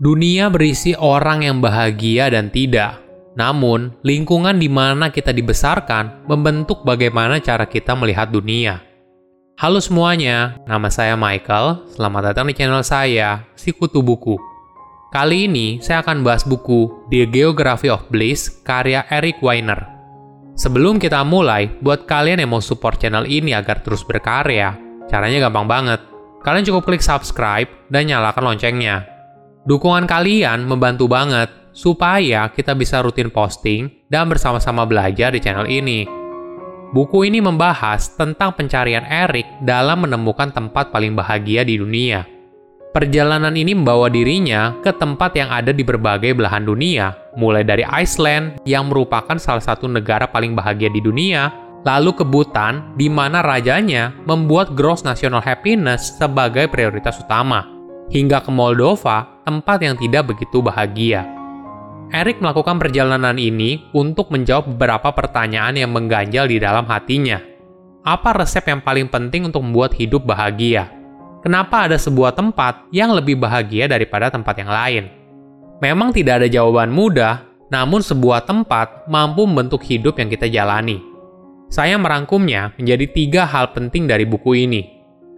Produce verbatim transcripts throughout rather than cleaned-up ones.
Dunia berisi orang yang bahagia dan tidak. Namun, lingkungan di mana kita dibesarkan membentuk bagaimana cara kita melihat dunia. Halo semuanya, nama saya Michael. Selamat datang di channel saya, Sikutu Buku. Kali ini, saya akan bahas buku The Geography of Bliss karya Eric Weiner. Sebelum kita mulai, buat kalian yang mau support channel ini agar terus berkarya, caranya gampang banget. Kalian cukup klik subscribe dan nyalakan loncengnya. Dukungan kalian membantu banget supaya kita bisa rutin posting dan bersama-sama belajar di channel ini. Buku ini membahas tentang pencarian Eric dalam menemukan tempat paling bahagia di dunia. Perjalanan ini membawa dirinya ke tempat yang ada di berbagai belahan dunia, mulai dari Iceland yang merupakan salah satu negara paling bahagia di dunia, lalu ke Bhutan di mana rajanya membuat gross national happiness sebagai prioritas utama, hingga ke Moldova, tempat yang tidak begitu bahagia. Eric melakukan perjalanan ini untuk menjawab beberapa pertanyaan yang mengganjal di dalam hatinya. Apa resep yang paling penting untuk membuat hidup bahagia? Kenapa ada sebuah tempat yang lebih bahagia daripada tempat yang lain? Memang tidak ada jawaban mudah, namun sebuah tempat mampu membentuk hidup yang kita jalani. Saya merangkumnya menjadi tiga hal penting dari buku ini.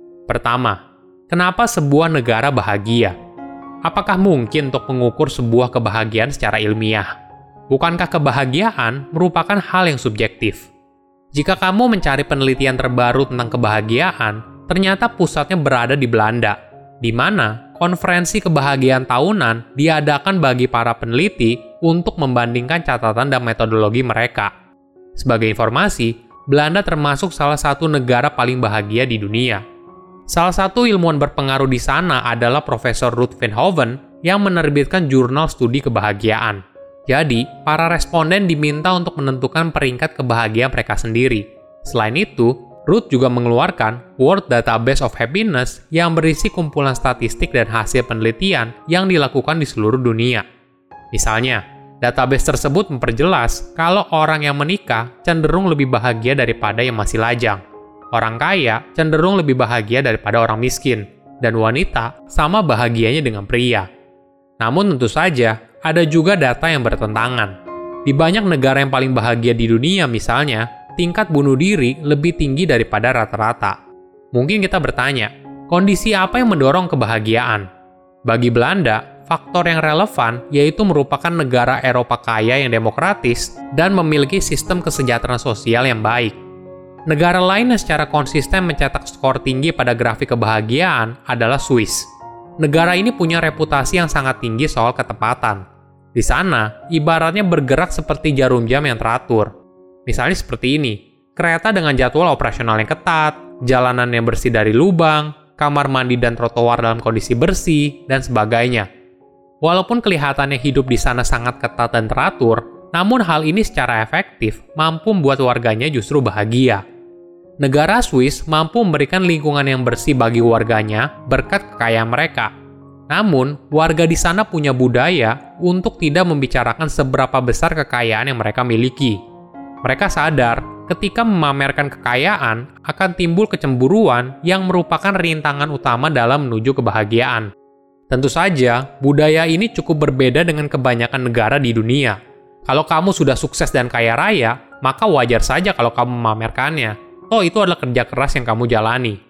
Pertama, kenapa sebuah negara bahagia? Apakah mungkin untuk mengukur sebuah kebahagiaan secara ilmiah? Bukankah kebahagiaan merupakan hal yang subjektif? Jika kamu mencari penelitian terbaru tentang kebahagiaan, ternyata pusatnya berada di Belanda, di mana konferensi kebahagiaan tahunan diadakan bagi para peneliti untuk membandingkan catatan dan metodologi mereka. Sebagai informasi, Belanda termasuk salah satu negara paling bahagia di dunia. Salah satu ilmuwan berpengaruh di sana adalah Profesor Ruth Van Hoven yang menerbitkan jurnal studi kebahagiaan. Jadi, para responden diminta untuk menentukan peringkat kebahagiaan mereka sendiri. Selain itu, Ruth juga mengeluarkan World Database of Happiness yang berisi kumpulan statistik dan hasil penelitian yang dilakukan di seluruh dunia. Misalnya, database tersebut memperjelas kalau orang yang menikah cenderung lebih bahagia daripada yang masih lajang. Orang kaya cenderung lebih bahagia daripada orang miskin, dan wanita sama bahagianya dengan pria. Namun tentu saja, ada juga data yang bertentangan. Di banyak negara yang paling bahagia di dunia misalnya, tingkat bunuh diri lebih tinggi daripada rata-rata. Mungkin kita bertanya, kondisi apa yang mendorong kebahagiaan? Bagi Belanda, faktor yang relevan yaitu merupakan negara Eropa kaya yang demokratis dan memiliki sistem kesejahteraan sosial yang baik. Negara lain yang secara konsisten mencetak skor tinggi pada grafik kebahagiaan adalah Swiss. Negara ini punya reputasi yang sangat tinggi soal ketepatan. Di sana, ibaratnya bergerak seperti jarum jam yang teratur. Misalnya seperti ini, kereta dengan jadwal operasional yang ketat, jalanan yang bersih dari lubang, kamar mandi dan trotoar dalam kondisi bersih, dan sebagainya. Walaupun kelihatannya hidup di sana sangat ketat dan teratur, namun hal ini secara efektif mampu membuat warganya justru bahagia. Negara Swiss mampu memberikan lingkungan yang bersih bagi warganya berkat kekayaan mereka. Namun, warga di sana punya budaya untuk tidak membicarakan seberapa besar kekayaan yang mereka miliki. Mereka sadar ketika memamerkan kekayaan akan timbul kecemburuan yang merupakan rintangan utama dalam menuju kebahagiaan. Tentu saja, budaya ini cukup berbeda dengan kebanyakan negara di dunia. Kalau kamu sudah sukses dan kaya raya, maka wajar saja kalau kamu memamerkannya. Oh, itu adalah kerja keras yang kamu jalani.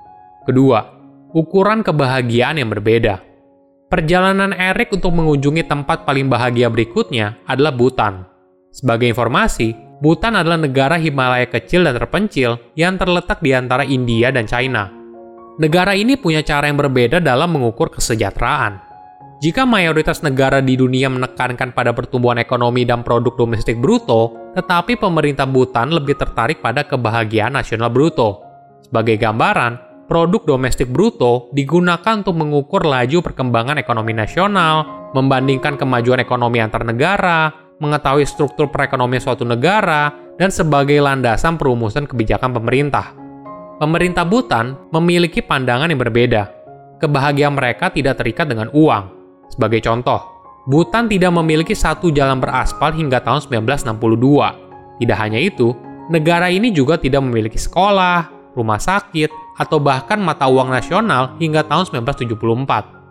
Kedua, ukuran kebahagiaan yang berbeda. Perjalanan Eric untuk mengunjungi tempat paling bahagia berikutnya adalah Bhutan. Sebagai informasi, Bhutan adalah negara Himalaya kecil dan terpencil yang terletak di antara India dan China. Negara ini punya cara yang berbeda dalam mengukur kesejahteraan. Jika mayoritas negara di dunia menekankan pada pertumbuhan ekonomi dan produk domestik bruto, tetapi pemerintah Bhutan lebih tertarik pada kebahagiaan nasional bruto. Sebagai gambaran, produk domestik bruto digunakan untuk mengukur laju perkembangan ekonomi nasional, membandingkan kemajuan ekonomi antar negara, mengetahui struktur perekonomian suatu negara, dan sebagai landasan perumusan kebijakan pemerintah. Pemerintah Bhutan memiliki pandangan yang berbeda. Kebahagiaan mereka tidak terikat dengan uang. Sebagai contoh, Bhutan tidak memiliki satu jalan beraspal hingga tahun sembilan belas enam puluh dua. Tidak hanya itu, negara ini juga tidak memiliki sekolah, rumah sakit, atau bahkan mata uang nasional hingga tahun sembilan belas tujuh puluh empat.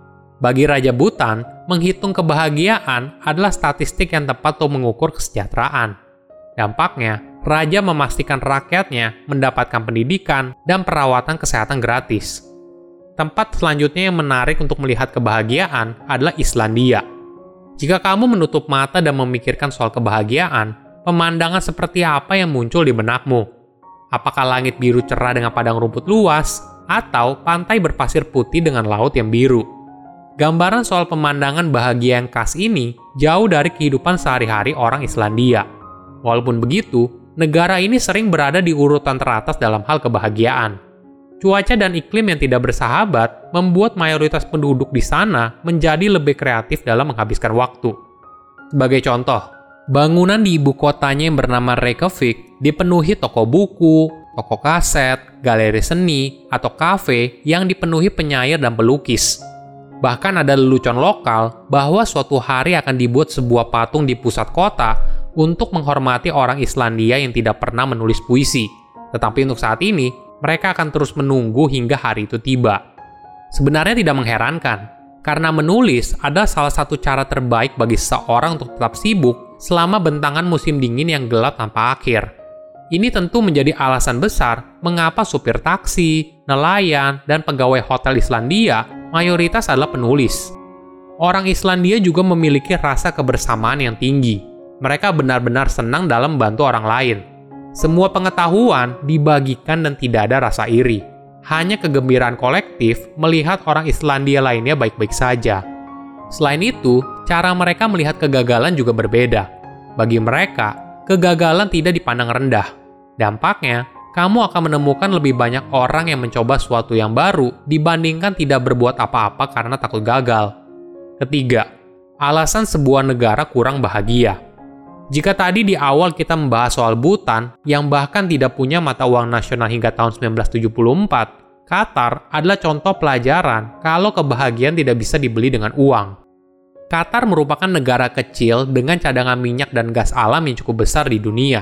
Bagi Raja Bhutan, menghitung kebahagiaan adalah statistik yang tepat untuk mengukur kesejahteraan. Dampaknya, raja memastikan rakyatnya mendapatkan pendidikan dan perawatan kesehatan gratis. Tempat selanjutnya yang menarik untuk melihat kebahagiaan adalah Islandia. Jika kamu menutup mata dan memikirkan soal kebahagiaan, pemandangan seperti apa yang muncul di benakmu? Apakah langit biru cerah dengan padang rumput luas, atau pantai berpasir putih dengan laut yang biru? Gambaran soal pemandangan bahagia yang khas ini jauh dari kehidupan sehari-hari orang Islandia. Walaupun begitu, negara ini sering berada di urutan teratas dalam hal kebahagiaan. Cuaca dan iklim yang tidak bersahabat membuat mayoritas penduduk di sana menjadi lebih kreatif dalam menghabiskan waktu. Sebagai contoh, bangunan di ibu kotanya yang bernama Reykjavik dipenuhi toko buku, toko kaset, galeri seni, atau kafe yang dipenuhi penyair dan pelukis. Bahkan ada lelucon lokal bahwa suatu hari akan dibuat sebuah patung di pusat kota untuk menghormati orang Islandia yang tidak pernah menulis puisi. Tetapi untuk saat ini, mereka akan terus menunggu hingga hari itu tiba. Sebenarnya tidak mengherankan, karena menulis adalah salah satu cara terbaik bagi seseorang untuk tetap sibuk selama bentangan musim dingin yang gelap tanpa akhir. Ini tentu menjadi alasan besar mengapa supir taksi, nelayan, dan pegawai hotel Islandia mayoritas adalah penulis. Orang Islandia juga memiliki rasa kebersamaan yang tinggi. Mereka benar-benar senang dalam membantu orang lain. Semua pengetahuan dibagikan dan tidak ada rasa iri. Hanya kegembiraan kolektif melihat orang Islandia lainnya baik-baik saja. Selain itu, cara mereka melihat kegagalan juga berbeda. Bagi mereka, kegagalan tidak dipandang rendah. Dampaknya, kamu akan menemukan lebih banyak orang yang mencoba sesuatu yang baru dibandingkan tidak berbuat apa-apa karena takut gagal. Ketiga, alasan sebuah negara kurang bahagia. Jika tadi di awal kita membahas soal Bhutan yang bahkan tidak punya mata uang nasional hingga tahun sembilan belas tujuh puluh empat, Qatar adalah contoh pelajaran kalau kebahagiaan tidak bisa dibeli dengan uang. Qatar merupakan negara kecil dengan cadangan minyak dan gas alam yang cukup besar di dunia.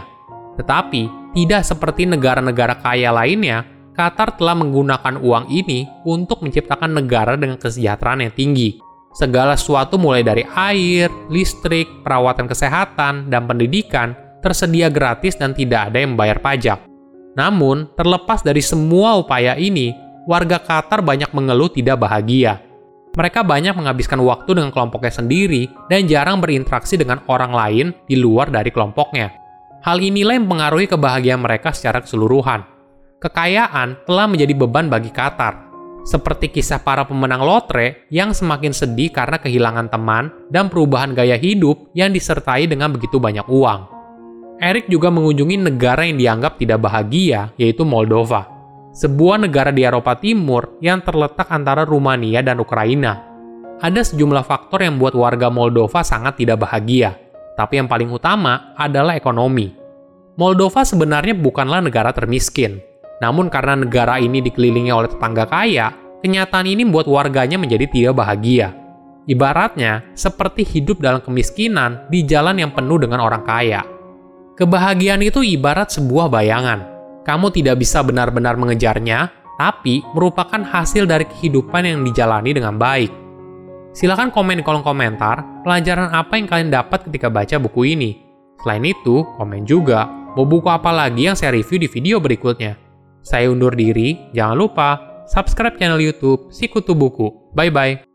Tetapi, tidak seperti negara-negara kaya lainnya, Qatar telah menggunakan uang ini untuk menciptakan negara dengan kesejahteraan yang tinggi. Segala sesuatu mulai dari air, listrik, perawatan kesehatan, dan pendidikan tersedia gratis dan tidak ada yang membayar pajak. Namun, terlepas dari semua upaya ini, warga Qatar banyak mengeluh tidak bahagia. Mereka banyak menghabiskan waktu dengan kelompoknya sendiri dan jarang berinteraksi dengan orang lain di luar dari kelompoknya. Hal inilah yang mempengaruhi kebahagiaan mereka secara keseluruhan. Kekayaan telah menjadi beban bagi Qatar. Seperti kisah para pemenang lotre yang semakin sedih karena kehilangan teman dan perubahan gaya hidup yang disertai dengan begitu banyak uang. Eric juga mengunjungi negara yang dianggap tidak bahagia, yaitu Moldova. Sebuah negara di Eropa Timur yang terletak antara Rumania dan Ukraina. Ada sejumlah faktor yang membuat warga Moldova sangat tidak bahagia, tapi yang paling utama adalah ekonomi. Moldova sebenarnya bukanlah negara termiskin. Namun karena negara ini dikelilingi oleh tetangga kaya, kenyataan ini membuat warganya menjadi tidak bahagia. Ibaratnya, seperti hidup dalam kemiskinan di jalan yang penuh dengan orang kaya. Kebahagiaan itu ibarat sebuah bayangan. Kamu tidak bisa benar-benar mengejarnya, tapi merupakan hasil dari kehidupan yang dijalani dengan baik. Silahkan komen di kolom komentar, pelajaran apa yang kalian dapat ketika baca buku ini. Selain itu, komen juga, mau buku apa lagi yang saya review di video berikutnya. Saya undur diri, jangan lupa subscribe channel YouTube Sikutu Buku. Bye-bye.